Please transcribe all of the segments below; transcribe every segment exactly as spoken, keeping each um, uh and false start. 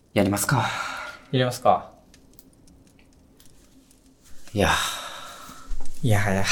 やりますか。 やりますか。 いや、 いやはや。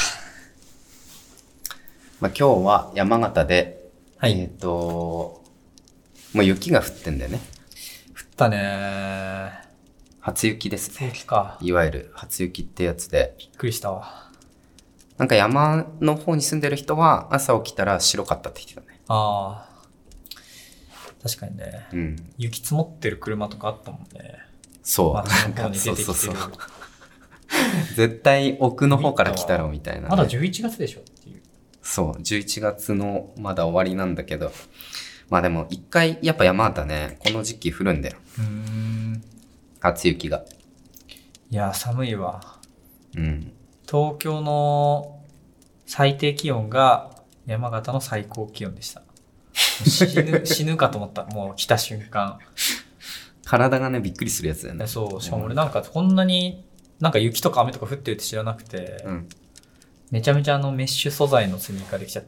まあ、今日は山形で、 はいえっ、と、もう雪が降ってんだよね。 降ったねー。 初雪ですね。 雪か。 いわゆる初雪ってやつで。 びっくりしたわ。 なんか山の方に住んでる人は朝起きたら白かったって言ってたね。 ああ。確かにね。 うん。 雪積もってる車とかあったもんね。 そう。 街の方に出そうてきてる。 そうそう。絶対奥の方から来たろみたいな、ね。 まだじゅういちがつでしょっていう。 そう。じゅういちがつのまだ終わりなんだけど。まあでも一回やっぱ山形ね、この時期降るんだよ。 うーん。 初雪が。 いや、寒いわ。 うん。 東京の最低気温が山形の最高気温でした。死ぬ、死ぬかと思った。もう来た瞬間。 体がね、びっくりするやつだよね。 そう。しかも俺なんかこんなになんか雪とか雨とか降ってるって知らなくて、 うん。 めちゃめちゃあのメッシュ素材のスニーカーできちゃって、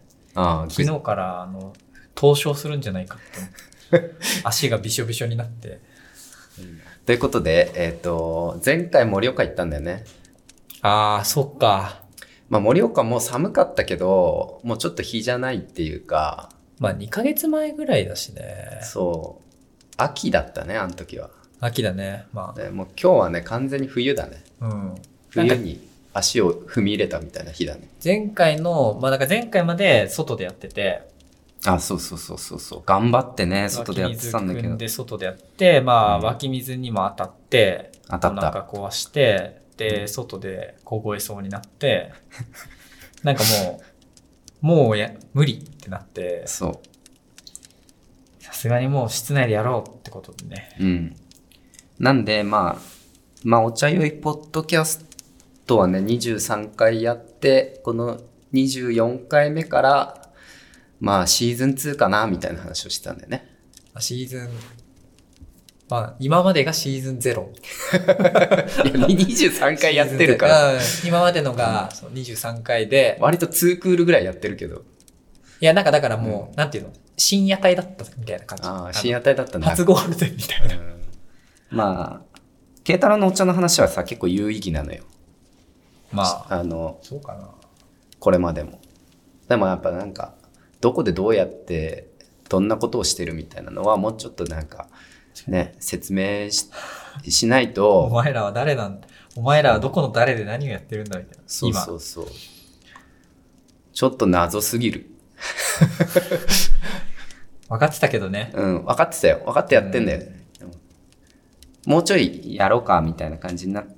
ああ、 昨日からあの、凍傷するんじゃないかって思って。足がびしょびしょになって。 ということで、えっ、と、前回盛岡行ったんだよね。 ああ、そっか。 まあ盛岡も寒かったけど、もうちょっと日じゃないっていうか。 まあにかげつまえぐらいだしね。 そう。秋だったね、あの時は。 秋だね。までもう今日はね、完全に冬だね。 あ。うん。 冬に足を踏み入れたみたいな日だね。 前回の、まあだから前回まで外でやってて、 あ、そうそうそうそうそう。頑張ってね、外でやってたんだけど。 湧き水汲んで外でやって、まあ、 うん湧き水にも当たって、 当たったお腹壊して、で、外で凍えそうになって、なんかもう、もうや、無理ってなって、 そさすがにもう室内でやろうってことでね。 う。うん。なんで、まあ、まあ、お茶酔いポッドキャストはね、にじゅうさんかいやって、このにじゅうよんかいめから、まあ、シーズンツーかな、みたいな話をしてたんだよね。 シーズン、まあ、今までがシーズンゼロ。 いや、にじゅうさんかいやってるから。 うん今までのがそうにじゅうさんかいで、 割とツークールぐらいやってるけど。 いや、なんかだからもう、 うんなんていうの深夜帯だったみたいな感じ。 ああ、深夜帯だったんだ。 初ゴールデンみたいな。 うんまあ、慶太郎のお茶の話はさ、結構有意義なのよ。 まあ、 あの、 そうかな。 これまでも。でもやっぱなんか、どこでどうやって、どんなことをしてるみたいなのは、もうちょっとなんか、ね、説明 し, しないおと。 前らは誰なんだお前らはどこの誰で何をやってるんだみたいな。 そうそうそう。ちょっと謎すぎる。 分かってたけどね。 うん、分かってたよ。分かってやってんだよね。うん、もうちょいやろうか、みたいな感じになって、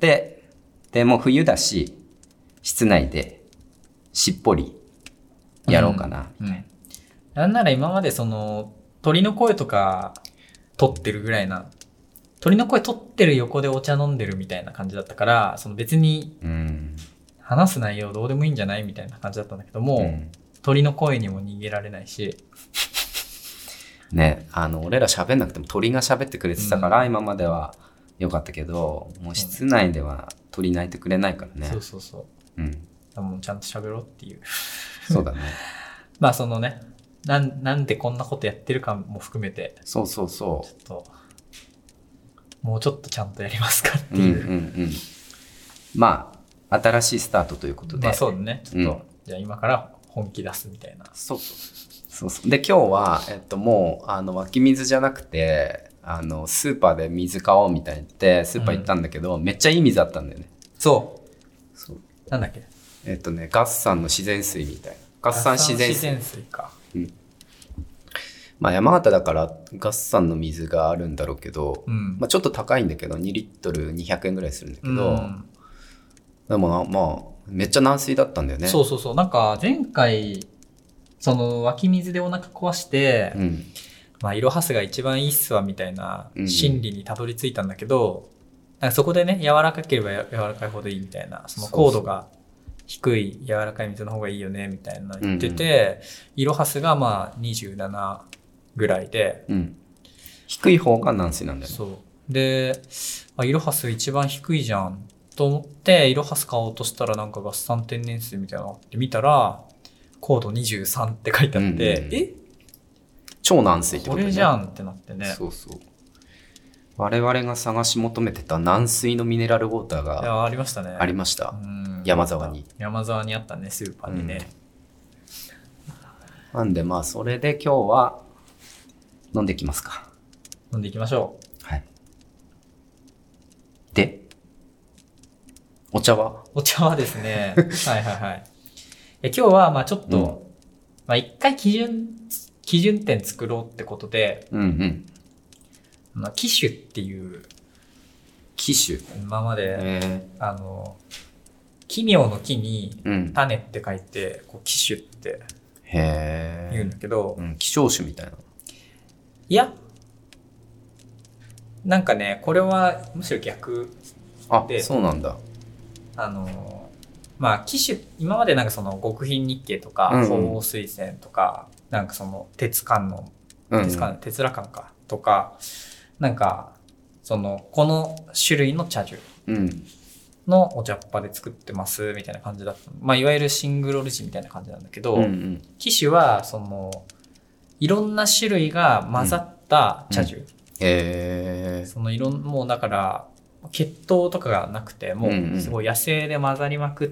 で、もう冬だし、室内で、しっぽり、やろうかな、みたいな。 うんうんなんなら今までその、鳥の声とか、撮ってるぐらいな、鳥の声撮ってる横でお茶飲んでるみたいな感じだったから、その別に、話す内容どうでもいいんじゃないみたいな感じだったんだけども、うん、鳥の声にも逃げられないし。 ね、あの、俺ら喋んなくても鳥が喋ってくれてたから、うん、今までは良かったけど、もう室内では鳥鳴いてくれないからね。 そうそうそう。うん。もうちゃんと喋ろうっていう。 そうだね。 まあそのね、なん、なんでこんなことやってるかも含めて。 そうそうそう。 ちょっと、もうちょっとちゃんとやりますかっていう。 うんうんうん。まあ、新しいスタートということで。 まあそうだね。ちょっと、うん、じゃあ今から本気出すみたいな。 そうそう。そうそう。で、今日は、えっともう、あの、湧き水じゃなくて、あの、スーパーで水買おうみたいに言って、スーパー行ったんだけど、うん、めっちゃいい水あったんだよね。 そう。 そう。 なんだっけえっとね、ガッサンの自然水みたいな。ガッサン自然水。 自然水か。 うん。まあ山形だからガッサンの水があるんだろうけど、うん、まあちょっと高いんだけど、にリットルにひゃくえんぐらいするんだけど、うん、でもまあ、めっちゃ軟水だったんだよね。 そうそうそう。なんか前回、その湧き水でお腹壊して、うん、まあイロハスが一番いいっすわみたいな心理にたどり着いたんだけど、うん、なんかそこでね、柔らかければ柔らかいほどいいみたいな、その高度が低い柔らかい水の方がいいよねみたいな言ってて、イロハスがまあにじゅうななぐらいで、 うん、低い方が軟水なんだよね。 そう。で、あ、イロハス一番低いじゃんと思って、イロハス買おうとしたらなんか合算天然水みたいなのって見たら、高度にじゅうさんって書いてあって、うんうん、え超軟水ってことね。 これじゃんってなってね。 そうそう。 我々が探し求めてた軟水のミネラルウォーターいやがありましたね。 ありました。 うん、 山沢に。 山沢にあったね、スーパーにね。 うん、なんでまあそれで今日は飲んでいきますか。 飲んでいきましょう。はい。で、お茶は？ お茶はですね、はいはいはい。え今日はまあちょっと、うん、まあ一回基準基準点作ろうってことで、 うんうん。 まあ、機種っていう機種今まであの奇妙の木に種って書いて、うん、こう機種って言うんだけど、 うん、希少種みたいな。 いやなんかねこれはむしろ逆で、 あ、そうなんだ。 あのまあ機種今までなんかその極品日系とか鳳凰水仙とか、うん、なんかその鉄観音、鉄観音、鉄羅漢かとかなんかそのこの種類の茶樹のお茶っ葉で作ってますみたいな感じだった、まあ、いわゆるシングルオリジンみたいな感じなんだけど、うんうん、機種はそのいろんな種類が混ざった茶樹、うんうん、 へー、 そのいろんもうだから血統とかがなくてもうすごい野生で混ざりまくって、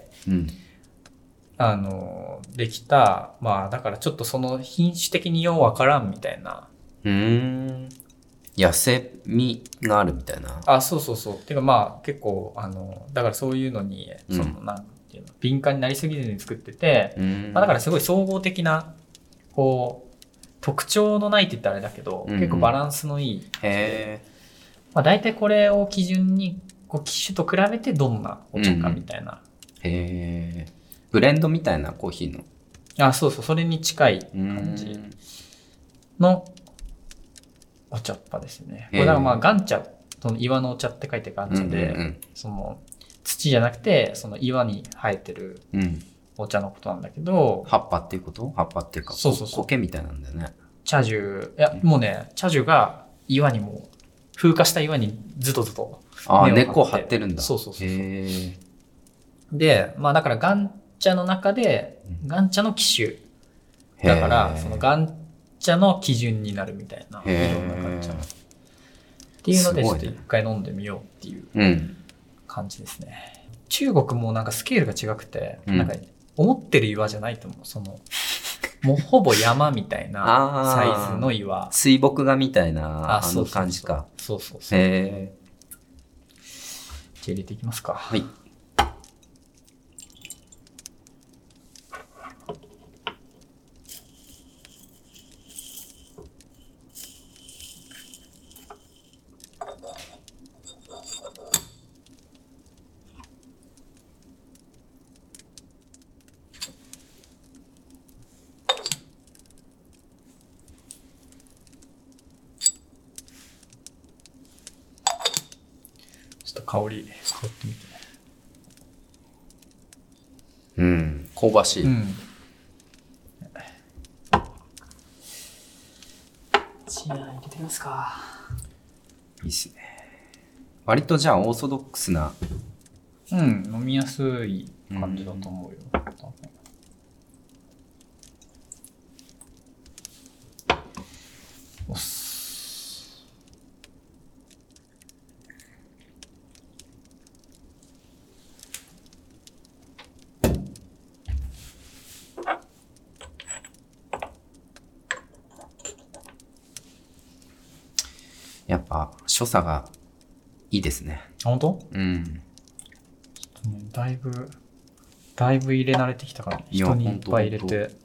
うんうん、あのできた、まあだからちょっとその品種的にようわからんみたいな、 うーん、野生味があるみたいな。 あ、そうそうそう。てかまあ結構あのだからそういうのに、うん、そのなんていうの敏感になりすぎずに作ってて、まあ、だからすごい総合的なこう特徴のないって言ったらあれだけど、うんうん、結構バランスのいい。 へー。 まあ大体これを基準にこう機種と比べてどんなお茶かみたいな。 うんうん、へー。ブレンドみたいなコーヒーの。 あ、そうそう、それに近い感じのお茶っ葉ですね。これだからまあ岩茶、その岩のお茶って書いて岩茶で、うんうんうん、その土じゃなくてその岩に生えてるお茶のことなんだけど、 うん、葉っぱっていうこと？葉っぱっていうか、そうそうそう、苔みたいなんだよね。 茶樹、いやもうね茶樹が岩にも風化した岩にずっとずっとあ根っこを張ってるんだ。 そうそうそうそう。へで、まあだから岩茶の中で岩茶の希種だからその岩茶の基準になるみたいな、いろんな岩茶のっていうのでちょっと一回飲んでみようっていう感じですね。うん、中国もなんかスケールが違くて、うん、なんか思ってる岩じゃないと思う。そのもうほぼ山みたいなサイズの岩。 水墨画みたいなあの感じか。 そうそうそう。へー。じゃあ入れていきますか。 はい。 香り香ってみて。 うん、香ばしい。うん、 じゃあ入れてみますか。 いいっすね。割とじゃあオーソドックスな。 うん、飲みやすい感じだと思うよ。うん、おっす。 やっぱ所作がいいですね。 本当？ うん。 ちょっとね、だいぶだいぶ入れ慣れてきたから、ね、人にいっぱい入れて。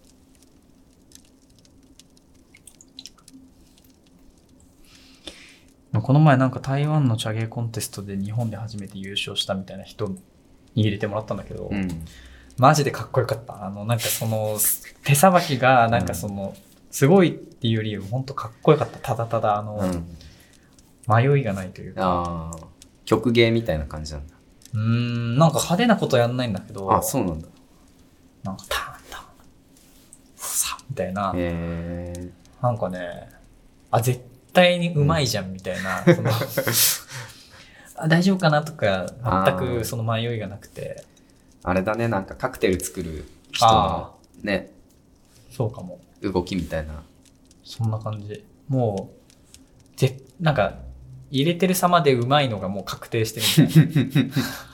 この前なんか台湾の茶芸コンテストで日本で初めて優勝したみたいな人に入れてもらったんだけど、うん、マジでかっこよかった。あのなんかその手さばきがなんかその、うん、すごいっていうより本当かっこよかった。ただただあの、うん、迷いがないというか。 あ、曲芸みたいな感じなんだ。 うーん、なんか派手なことやんないんだけど。 あ、そうなんだ。 なんかターンターンさみたいな。 へー。 なんかね、あ、絶対にうまいじゃんみたいな。うん、そのあ、大丈夫かなとか全くその迷いがなくて。 あれだね、なんかカクテル作る人のね。 そうかも。 動きみたいな。 そんな感じ。もうぜなんか入れてる様でうまいのがもう確定してるみたいな。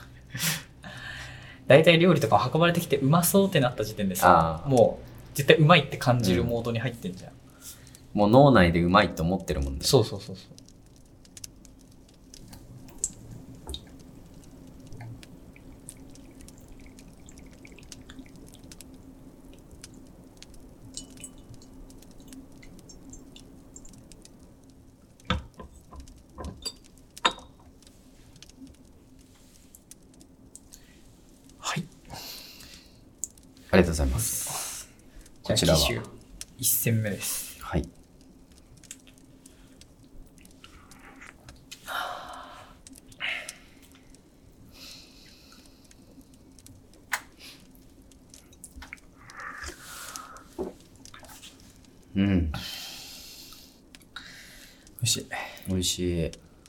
大体料理とか運ばれてきてうまそうってなった時点でさ、もう絶対うまいって感じるモードに入ってんじゃん。うん、 もう脳内でうまいって思ってるもんね。 そうそうそうそう。 ありがとうございます。こちらは一戦目です。 はい。うん。美味しい。 美味しい。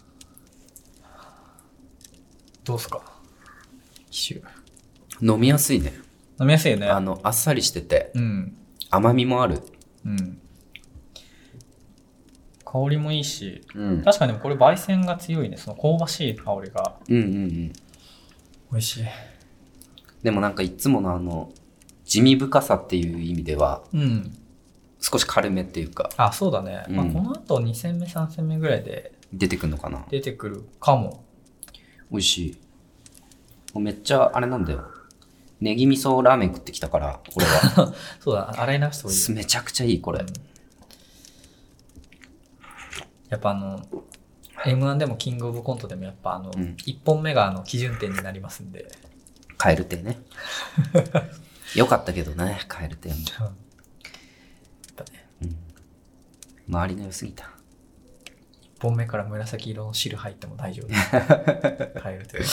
どうすか？機種。 飲みやすいね。 飲みやすいよね。 あのあっさりしてて、 うん、 甘みもある。 うん。香りもいいし、 うん、 確かにでもこれ焙煎が強いね。その香ばしい香りが。 うんうんうん。 美味しい。 でもなんかいつものあの地味深さっていう意味では、 うん、 少し軽めっていうか。 あ、そうだね。 うん、 まあ、この後に戦目さん戦目ぐらいで出てくるのかな。 出てくるかも。 美味しい。もうめっちゃあれなんだよ。ネギ味噌ラーメン食ってきたから、これは。 そうだ、洗い流しておいて。 めちゃくちゃいい、これ。うん、 やっぱあの、エムワン でもキングオブコントでもやっぱあの、うん、いっぽんめがあの基準点になりますんで。 カエル亭ね。よかったけどね、カエル亭も。やっぱね。うん。周りの良すぎた。 いっぽんめから紫色の汁入っても大丈夫。カエル亭は。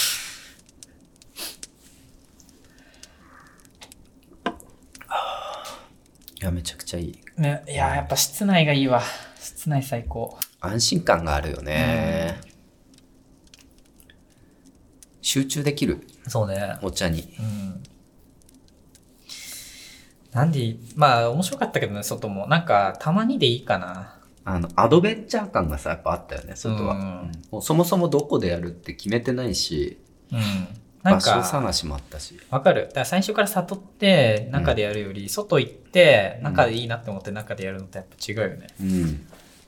いや、めちゃくちゃいい。 ね、いや、やっぱ室内がいいわ。室内最高。 安心感があるよね。うん、集中できる。 そうね。 お茶に。 うん。なんで、まあ、面白かったけどね、外も。なんか、たまにでいいかな。 あの、アドベンチャー感がさ、やっぱあったよね、外は。うん、もうそもそもどこでやるって決めてないし。 うん。 場所探しもあったし。 わかる。だから最初から悟って中でやるより、うん、外行って中でいいなって思って中でやるのとやっぱ違うよね。 うん。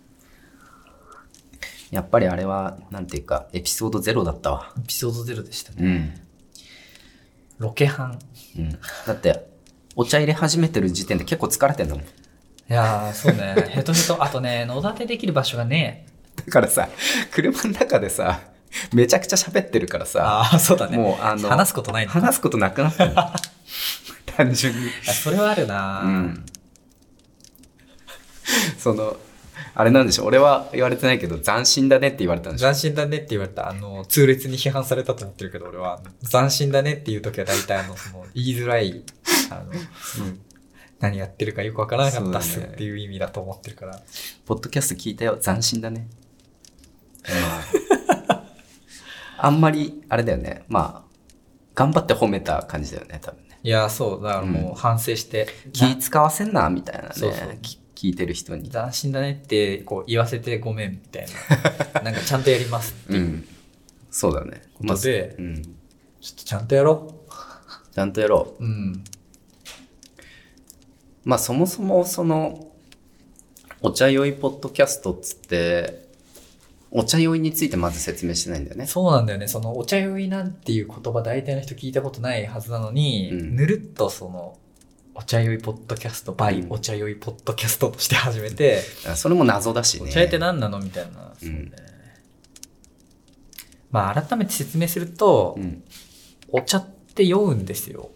やっぱりあれはなんていうかエピソードゼロだったわ。 エピソードゼロでしたね。 うん。 ロケハン。 うん。だってお茶入れ始めてる時点で結構疲れてんだもん。いやーそうね。ヘトヘト。あとね野立てできる場所がね。 だからさ車の中でさ。めちゃくちゃ喋ってるからさ。 ああ、そうだね。 もうあの、 話すことないの話すことなくなったの。単純に。 それはあるな、 うん、その、あれなんでしょう。俺は言われてないけど、斬新だねって言われたんでしょ。 斬新だねって言われた。あの、痛烈に批判されたと思ってるけど、俺は。斬新だねっていう時は大体あの、その、言いづらい、あの、うん、何やってるかよくわからなかったっすっていう意味だと思ってるから。 ポッドキャスト聞いたよ。斬新だね。あんまり、あれだよね。まあ、頑張って褒めた感じだよね、多分ね。 いや、そう。だからもう反省して。 うん、気使わせんな、みたいなね。 そうそう聞いてる人に。 斬新だねってこう言わせてごめんみたいな。なんかちゃんとやりますっていう。うん、 そうだね。 ことで、 まあ、うん、 ちょっとちゃんとやろう。ちゃんとやろう。うん。 まあそもそもその、お茶酔いポッドキャストっつって、お茶酔いについてまず説明してないんだよね。 そうなんだよね。そのお茶酔いなんていう言葉大体の人聞いたことないはずなのに、うん、ぬるっとそのお茶酔いポッドキャスト by、うん、お茶酔いポッドキャストとして始めて、 それも謎だしね。 お茶酔いって何なのみたいな。そうね。うん、まあ改めて説明すると、うん、お茶って酔うんですよ。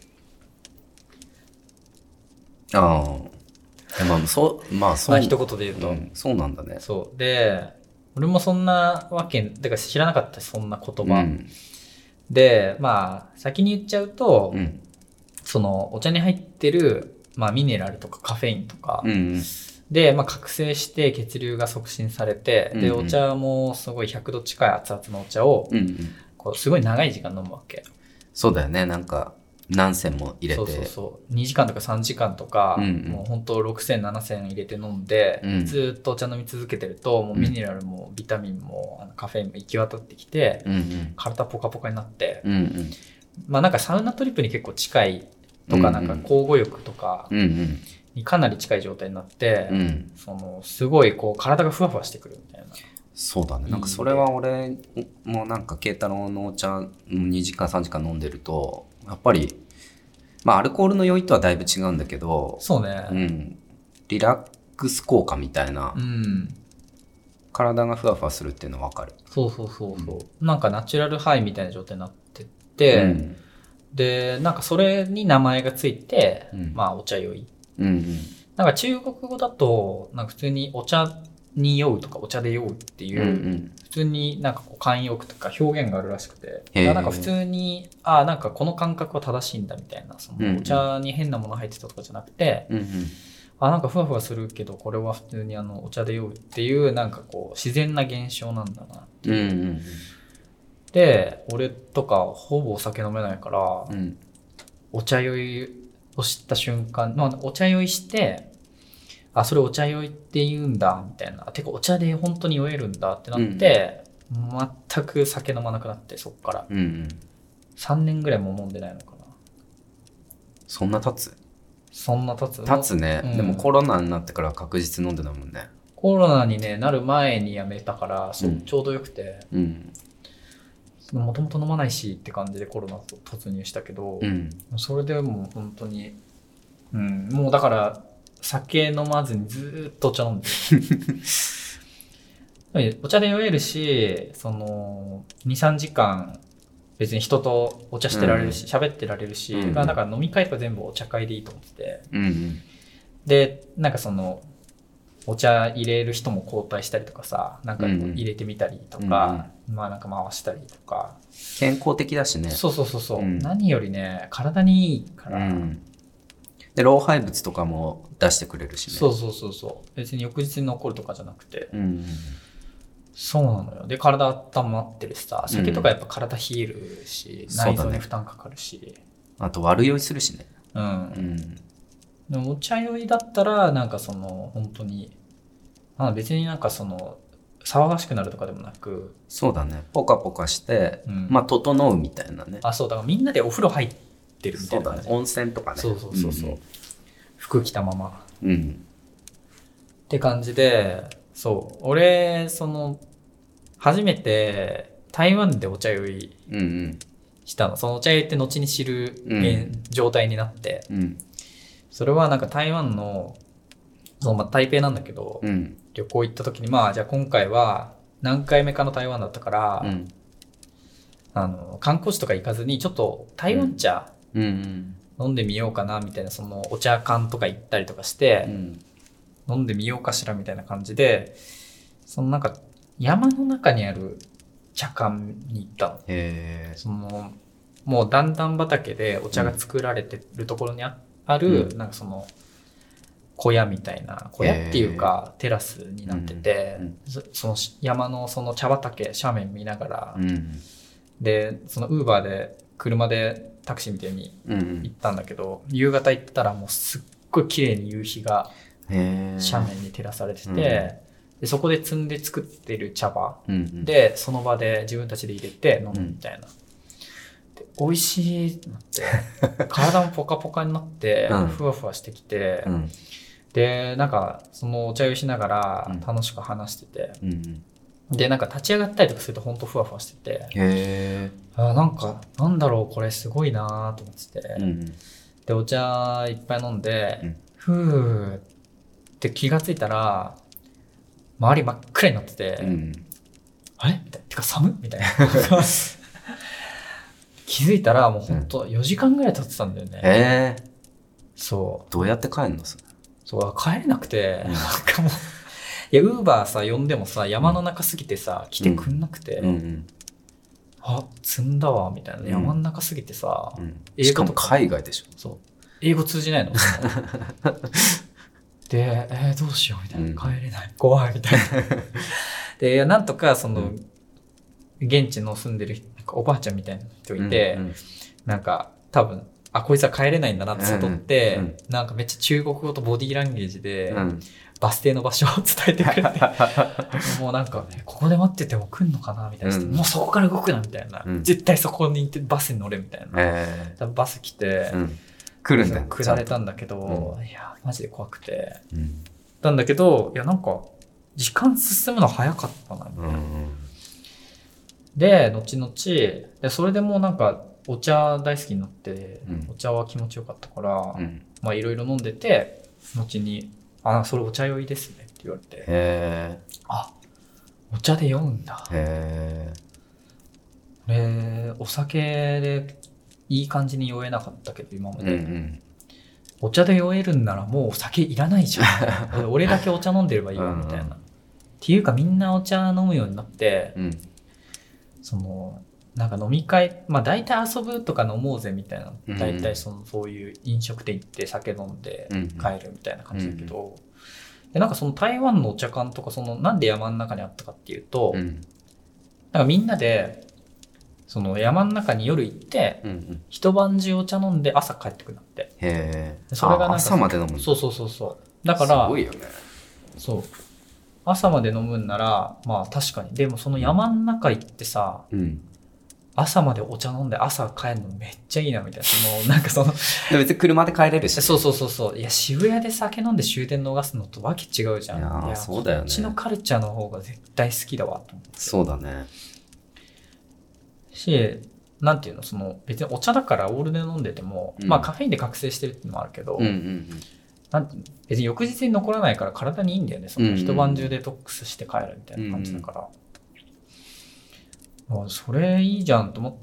ああ。まあそう、まあそう。 まあ一言で言うと、うん、 そうなんだね。 そう。で、俺もそんなわけ、だから知らなかったし、そんな言葉。うん、で、まあ、先に言っちゃうと、うん、その、お茶に入ってる、まあ、ミネラルとかカフェインとか、うん、で、まあ、覚醒して血流が促進されて、うん、で、お茶もすごいひゃくど近い熱々のお茶を、うん、こうすごい長い時間飲むわけ。 そうだよね。なんか、 何銭も入れて。 そうそうそう。にじかんとかさんじかんとか、うんうん、もう本当ろくせん、ななせん入れて飲んで、うん、ずっとお茶飲み続けてると、もうミネラルもビタミンも、あのカフェインも行き渡ってきて、うんうん、体ポカポカになって、うんうん、まあなんかサウナトリップに結構近いとか、なんか交互浴とかにかなり近い状態になって、うんうん、そのすごいこう体がふわふわしてくるみたいな。 そうだね。なんかそれは俺もなんか慶太郎のお茶にじかんさんじかん飲んでると、やっぱり、まあアルコールの酔いとはだいぶ違うんだけど、 そうね。 うん。リラックス効果みたいな、うん、体がふわふわするっていうのはわかる。 そうそうそうそう、うん。なんかナチュラルハイみたいな状態になってて、うん、で、なんかそれに名前がついて、うん、まあお茶酔い。うんうん、なんか中国語だと、なんか普通にお茶に酔うとかお茶で酔うっていう、うんうん、普通になんかこう慣用句とか表現があるらしくて、なんか普通にあなんかこの感覚は正しいんだみたいな、そのお茶に変なもの入ってたとかじゃなくて、うんうん、あなんかふわふわするけどこれは普通にあのお茶で酔うっていうなんかこう自然な現象なんだなっていう、うんうん、で俺とかほぼお酒飲めないから、うん、お茶酔いを知った瞬間、まあ、お茶酔いしてあ、それお茶酔いって言うんだ、みたいな。てか、お茶で本当に酔えるんだってなって、うん、全く酒飲まなくなって、そっから。うんうん、さんねんぐらいも飲んでないのかな。 そんな経つ？ そんな経つ？ 経つね、うん。でもコロナになってから確実飲んでたもんね。 コロナに、ね、なる前にやめたから、そう、うん、ちょうどよくて。もともと飲まないしって感じでコロナと突入したけど、うん、それでもう本当に、うん、もうだから、酒飲まずにずっとお茶飲んでるお茶で酔えるし、そのに、さんじかん別に人とお茶してられるし、喋、うん、ってられるし、うん、だから飲み会とか全部お茶会でいいと思ってて、うん、でなんかそのお茶入れる人も交代したりとかさ、なんか入れてみたりとか、うん、まあなんか回したりとか、 健康的だしね。 そうそうそうそう、うん、何よりね体にいいから、うん、 で老廃物とかも出してくれるしね。 そうそうそうそう。別に翌日に残るとかじゃなくて、うん、そうなのよ。で体温まってるしさ、酒とかやっぱ体冷えるし、うん、内臓に負担かかるし、ね、 あと悪酔いするしね。 うん。うん、でもお茶酔いだったらなんかその本当に、あ別になんかその騒がしくなるとかでもなく、 そうだね。ポカポカして、うん、まあ整うみたいなね。 あ、そうだからみんなでお風呂入ってるみたいな感じ。 そうだね。温泉とかね。 そうそうそうそう。うん、服着たまま、うん、って感じで、そう俺その初めて台湾でお茶酔いしたの、うんうん、そのお茶酔いって後に知る、うん、状態になって、うん、それはなんか台湾のその、まあ、台北なんだけど、うん、旅行行った時にまあじゃあ今回は何回目かの台湾だったから、うん、あの観光地とか行かずにちょっと台湾茶、うんうんうん飲んでみようかなみたいな、そのお茶館とか行ったりとかして、うん、飲んでみようかしらみたいな感じで、そのなんか山の中にある茶館に行ったの。へー。そのもう段々畑でお茶が作られてるところに あ, ある、うん、なんかその小屋みたいな、小屋っていうかテラスになってて、うんうん、その山のその茶畑斜面見ながら、うん、でそのウーバーで車でタクシーみたいに行ったんだけど、うんうん、夕方行ったらもうすっごい綺麗に夕日が斜面に照らされてて、うん、でそこで摘んで作ってる茶葉、うんうん、でその場で自分たちで入れて飲むみたいな、うん、で美味しいってなって体もポカポカになって、うん、ふわふわしてきて、うん、でなんかそのお茶湯しながら楽しく話してて、うんうんでなんか立ち上がったりとかするとほんとふわふわしてて、へあなんかなんだろうこれすごいなと思ってて、うん、でお茶いっぱい飲んで、うん、ふーって気がついたら周り真っ暗になってて、うん、あれみたいなてか寒っみたいな気づいたらもうほんとよじかんぐらい経ってたんだよね。 へーそうどうやって帰るの？ そう帰れなくて、うん、なんかもういや、ウーバーさ、呼んでもさ、山の中すぎてさ、うん、来てくんなくて、うんうん、あ、積んだわ、みたいな。うん、山の中すぎてさ、 うん、英語とか。しかも海外でしょ。 そう。英語通じないの。で、えー、どうしよう、みたいな。うん、帰れない。怖い、みたいな。で、いや、なんとか、その、うん、現地の住んでる人、なんかおばあちゃんみたいな人いて、うんうん、なんか、多分、 あ、こいつは帰れないんだなって悟って、 うんうん、 なんかめっちゃ中国語とボディーランゲージで、 うん、 バス停の場所を伝えてくれて、もうなんか、ね、ここで待ってても来んのかなみたいな、うん、もうそこから動くなみたいな、うん、絶対そこに行ってバスに乗れみたいな。えー、バス来て、 うん、来るんだよ。 下れたんだけど、うん、いや、マジで怖くて。うん、なんだけど、いや、なんか、時間進むの早かったな、みたいな。うん、で、後々、でそれでもうなんか、お茶大好きになって、うん、お茶は気持ちよかったから、うん、まあいろいろ飲んでて、後に、あ、それお茶酔いですねって言われて、へー、あ、お茶で酔うんだ。へー。で、お酒でいい感じに酔えなかったけど、今まで。うんうん、お茶で酔えるんならもうお酒いらないじゃん。俺だけお茶飲んでればいいわ、みたいな。うんうん、っていうかみんなお茶飲むようになって、うん、その、なんか飲み会、まあ大体遊ぶとか飲もうぜみたいな、うん、大体そのそういう飲食店行って酒飲んで帰るみたいな感じだけど、うんうん、でなんかその台湾のお茶館とかそのなんで山の中にあったかっていうと、うん、なんかみんなでその山の中に夜行って、うんうん、一晩中お茶飲んで朝帰ってくるんだって。へー。それがなんか朝まで飲む。そうそうそうそう。だからすごいよね。そう。朝まで飲むんならまあ確かに、でもその山の中行ってさ。うん、朝までお茶飲んで朝帰るのめっちゃいいなみたいな。そのなんかその別に車で帰れるし。 そうそうそうそう。いや渋谷で酒飲んで終電逃すのとわけ違うじゃん。いや、いやそうだよね。こっちのカルチャーの方が絶対好きだわと思って。 そうだね。 し、なんていうの、その別にお茶だからオールで飲んでても、うん、まあカフェインで覚醒してるっていうのもあるけど、うんうんうん、なんていうの、別に翌日に残らないから体にいいんだよね。その一晩中デトックスして帰るみたいな感じだから。うんうんそれいいじゃんと思って、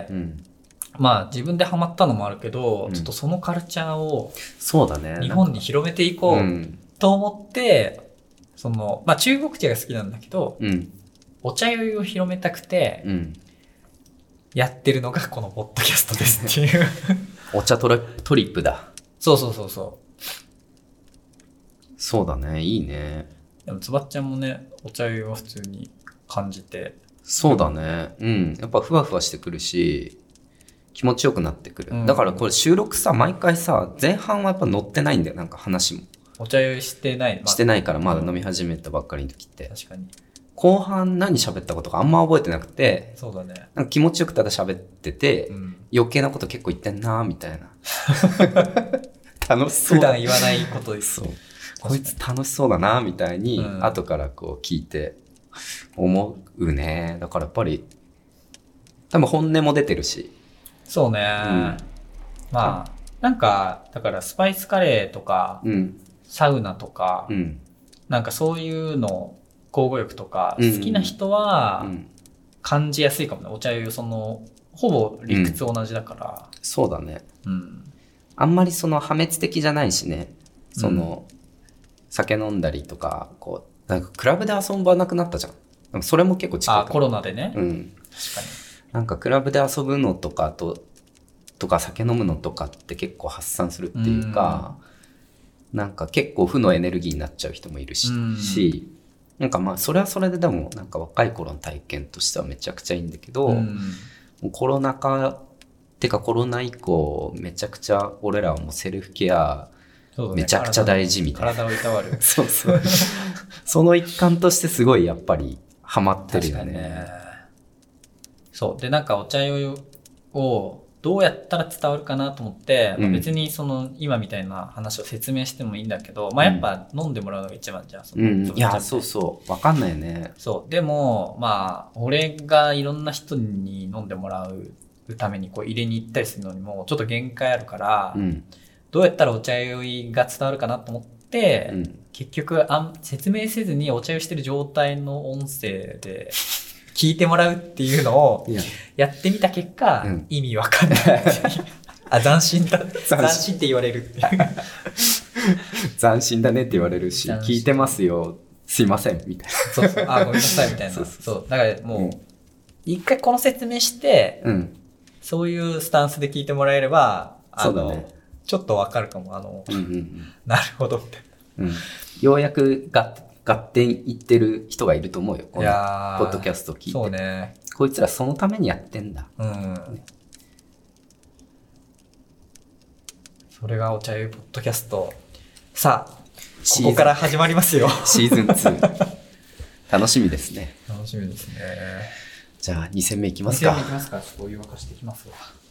うん、まあ自分でハマったのもあるけど、うん、ちょっとそのカルチャーをそうだね日本に広めていこうと思って、そのまあ中国茶が好きなんだけど、うん、お茶酔いを広めたくて、うん、やってるのがこのポッドキャストですっていうお茶トラトリップだ。 そうそうそうそうそうだね、いいね。 でもつばっちゃんもねお茶酔いは普通に感じて。 そうだね。うん。やっぱふわふわしてくるし、気持ちよくなってくる。うん、だからこれ収録さ、毎回さ、前半はやっぱ乗ってないんだよ、なんか話も。 お茶酔いしてない、 まあ、してないから、まだ飲み始めたばっかりの時って。 確かに。 後半何喋ったことかあんま覚えてなくて、 そうだね。 なんか気持ちよくただ喋ってて、うん、余計なこと結構言ってんなみたいな。楽しそう。 普段言わないことです。 そう。こいつ楽しそうだなみたいに、うん、後からこう聞いて、思うね。だからやっぱり多分本音も出てるし。 そうね、うん、まあなんかだからスパイスカレーとか、うん、サウナとか、うん、なんかそういうの交互浴とか好きな人は感じやすいかもね。お茶湯そのほぼ理屈同じだから、 うん、そうだね、うん、あんまりその破滅的じゃないしね。その、うん、酒飲んだりとかこうなんかクラブで遊ばなくなったじゃん。それも結構近い。 あ、コロナでね。 うん。確かに。なんかクラブで遊ぶのとかと、とか酒飲むのとかって結構発散するっていうか、うん、なんか結構負のエネルギーになっちゃう人もいるし、うん、しなんかまあそれはそれででもなんか若い頃の体験としてはめちゃくちゃいいんだけど、うん、もうコロナ禍ってかコロナ以降めちゃくちゃ俺らはもうセルフケア、ね、めちゃくちゃ大事みたいな。 体をいたわる。 そうそう。その一環としてすごいやっぱりハマってるよね。確かにね。 そう。で、なんかお茶酔いをどうやったら伝わるかなと思って、うんまあ、別にその今みたいな話を説明してもいいんだけど、まあやっぱ飲んでもらうのが一番じゃん。そのうん、いや、そうそう。わかんないよね。 そう。でも、まあ、俺がいろんな人に飲んでもらうためにこう入れに行ったりするのにもちょっと限界あるから、うんどうやったらお茶酔いが伝わるかなと思って、うん、結局あん説明せずにお茶酔いしてる状態の音声で聞いてもらうっていうのをやってみた結果、うん、意味わかんないあ斬新だ斬新って言われるっていう斬新だねって言われるし聞いてますよすいませんみたいなそうそうあごめんなさいみたいなそうそうそうだからもう、うん、一回この説明して、うん、そういうスタンスで聞いてもらえればあのそうだねちょっとわかるかも。あの、うんうんうん、なるほどって、 うん。ようやくが合点いってる人がいると思うよ。このポッドキャスト聞いて。 そうね。 こいつらそのためにやってんだ。うん。 それがお茶酔いポッドキャスト。さあ、ここから始まりますよ。 シーズンツー。楽しみですね。 楽しみですね。 じゃあに戦目いきますか。 に戦目いきますか。ちょっとお湯沸かしていきますわ。